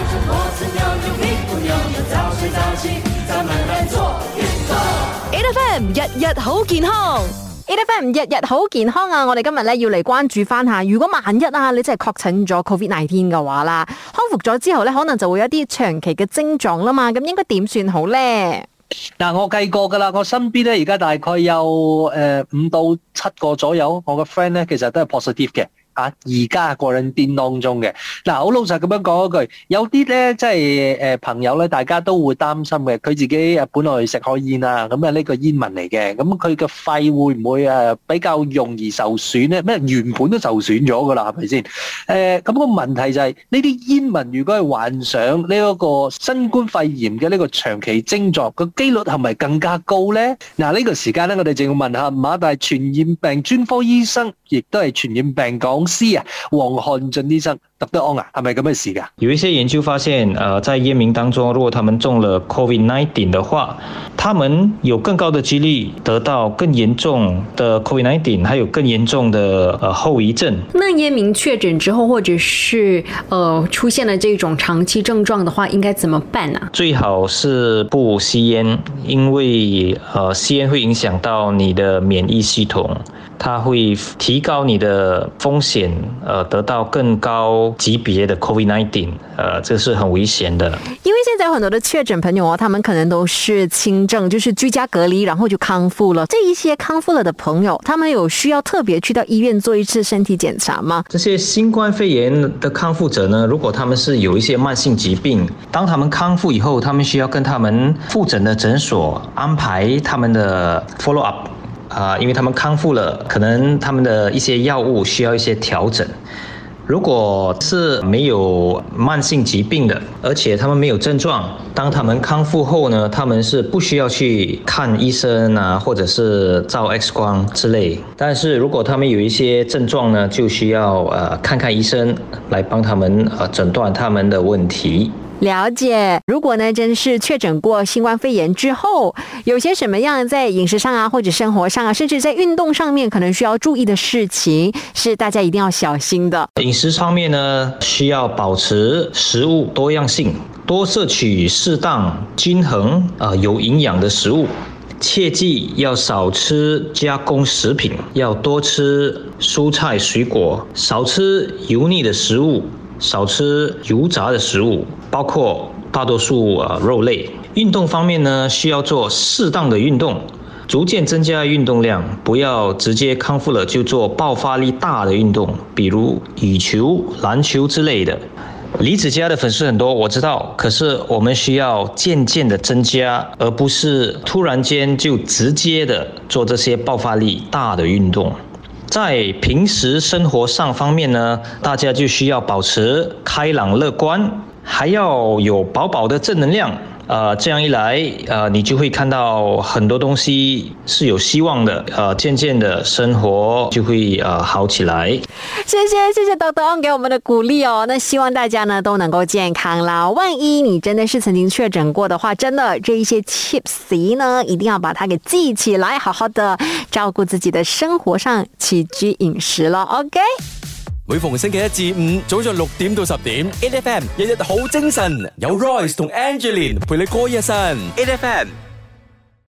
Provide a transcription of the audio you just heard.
脖子扭扭，屁股扭扭，早睡早起，咱们来做运动。 8FM 日日好健康。8FM 日日好健康啊！我哋今日咧要嚟關注翻下，如果萬一啊你真係確診咗 COVID-19 嘅話啦，康復咗之後咧，可能就會有啲長期嘅症狀啦嘛，咁應該點算好咧？ 嗱，我計過噶啦，我身邊咧而家大概有5到7個左右，我個 friend 咧其實都係 positive 嘅。而家個人癲當中嘅，嗱，好老實咁樣講一句，有啲咧即係朋友咧，大家都會擔心嘅，佢自己本來食開煙啊，咁啊呢個煙民嚟嘅，咁佢嘅肺會唔會比較容易受損咧？咩原本都受損咗噶啦，係咪先？咁個問題就係呢啲煙民如果係患上呢一個新冠肺炎嘅呢個長期症狀，個機率係咪更加高咧？嗱，呢個時間咧，我哋就要問下馬大傳染病專科醫生，亦都係傳染病講師啊，黃漢進醫生，Dr. Ong啊，係咪咁嘅事㗎？ 有一些研究發現，在驗民當中，如果他們中了 COVID-19 的話，他們有更高的幾率得到更嚴重的 COVID-19，還有更嚴重的後遺症。 那驗民確診之後，或者是出現了這種長期症狀的話，應該怎麼辦呢？ 最好是不吸煙，因為吸煙會影響到你的免疫系統。它會提高你的風險，得到更高級別的 COVID-19，這是很危險的。 因為現在有很多的確診朋友他們可能都是輕症，就是居家隔離，然後就康復了。這一些康復了的朋友，他們有需要特別去到醫院做一次身體檢查嗎？ 這些新冠肺炎的康復者呢，如果他們是有一些慢性疾病，當他們康復以後，他們需要跟他們復診的診所安排他們的 follow up。因為他們康復了，可能他們的一些藥物需要一些調整。如果是沒有慢性疾病的，而且他們沒有症狀，當他們康復後呢，他們是不需要去看醫生啊，或者是照 X 光之類。但是如果他們有一些症狀呢，就需要看看醫生來幫他們診斷他們的問題。 了解，如果呢真是確診過新冠肺炎之後，有些什麼樣在飲食上啊，或者生活上啊，甚至在運動上面可能需要注意的事情，是大家一定要小心的。 飲食方面呢，需要保持食物多樣性，多攝取適當均衡有營養的食物，切記要少吃加工食品，要多吃蔬菜水果，少吃油膩的食物，少吃油炸的食物，包括大多數肉類。運動方面呢，需要做適當的運動，逐漸增加運動量，不要直接康復了就做爆發力大的運動，比如羽球、籃球之類的。李子嘉的粉絲很多，我知道，可是我們需要漸漸的增加，而不是突然間就直接的做這些爆發力大的運動。在平時生活上方面呢，大家就需要保持開朗樂觀，還要有飽飽的正能量。這樣一來，你就會看到很多東西是有希望的。漸漸的生活就會好起來。 謝謝 Dr. Ong 給我們的鼓勵哦。那希望大家呢都能夠健康啦。萬一你真的是曾經確診過的話，真的這一些 tips 呢，一定要把它給記起來，好好的照顧自己的生活上起居飲食咯。OK。 每逢星期一至五早上6點到10點 ，8FM 日日好精神，有 Royce 同 Angeline 陪你過一晨 ，8FM。